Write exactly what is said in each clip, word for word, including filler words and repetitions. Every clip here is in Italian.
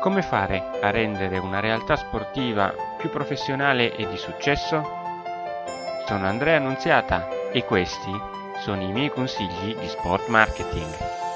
Come fare a rendere una realtà sportiva più professionale e di successo? Sono Andrea Annunziata e questi sono i miei consigli di sport marketing.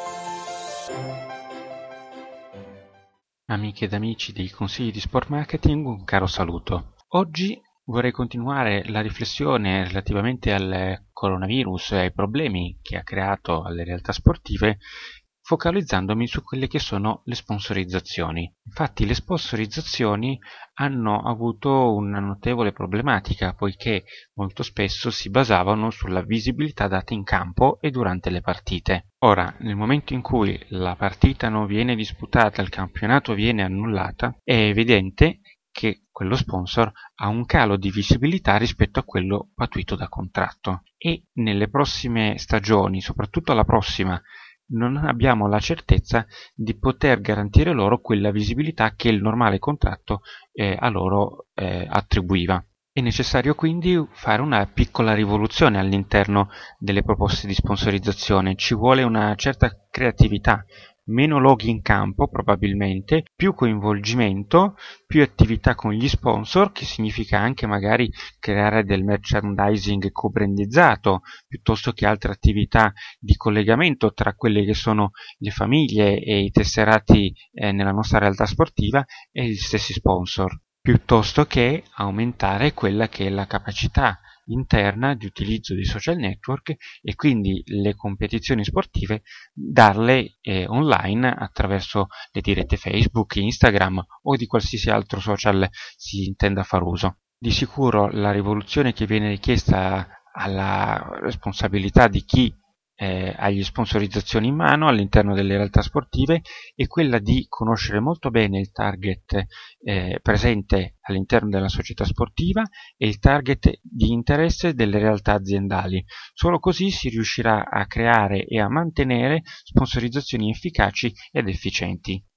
Amiche ed amici dei consigli di sport marketing, un caro saluto. Oggi vorrei continuare la riflessione relativamente al coronavirus e ai problemi che ha creato alle realtà sportive, focalizzandomi su quelle che sono le sponsorizzazioni. Infatti le sponsorizzazioni hanno avuto una notevole problematica, poiché molto spesso si basavano sulla visibilità data in campo e durante le partite. Ora, nel momento in cui la partita non viene disputata, il campionato viene annullata, è evidente che quello sponsor ha un calo di visibilità rispetto a quello pattuito da contratto, e nelle prossime stagioni, soprattutto la prossima, non abbiamo la certezza di poter garantire loro quella visibilità che il normale contratto eh, a loro eh, attribuiva. È necessario quindi fare una piccola rivoluzione all'interno delle proposte di sponsorizzazione. Ci vuole una certa creatività, meno loghi in campo probabilmente, più coinvolgimento, più attività con gli sponsor, che significa anche magari creare del merchandising co-brandizzato, piuttosto che altre attività di collegamento tra quelle che sono le famiglie e i tesserati eh, nella nostra realtà sportiva e gli stessi sponsor, piuttosto che aumentare quella che è la capacità interna di utilizzo dei social network e quindi le competizioni sportive darle eh, online attraverso le dirette Facebook, Instagram o di qualsiasi altro social si intenda far uso. Di sicuro la rivoluzione che viene richiesta alla responsabilità di chi eh, ha le sponsorizzazioni in mano all'interno delle realtà sportive è quella di conoscere molto bene il target eh, presente all'interno della società sportiva e il target di interesse delle realtà aziendali. Solo così si riuscirà a creare e a mantenere sponsorizzazioni efficaci ed efficienti.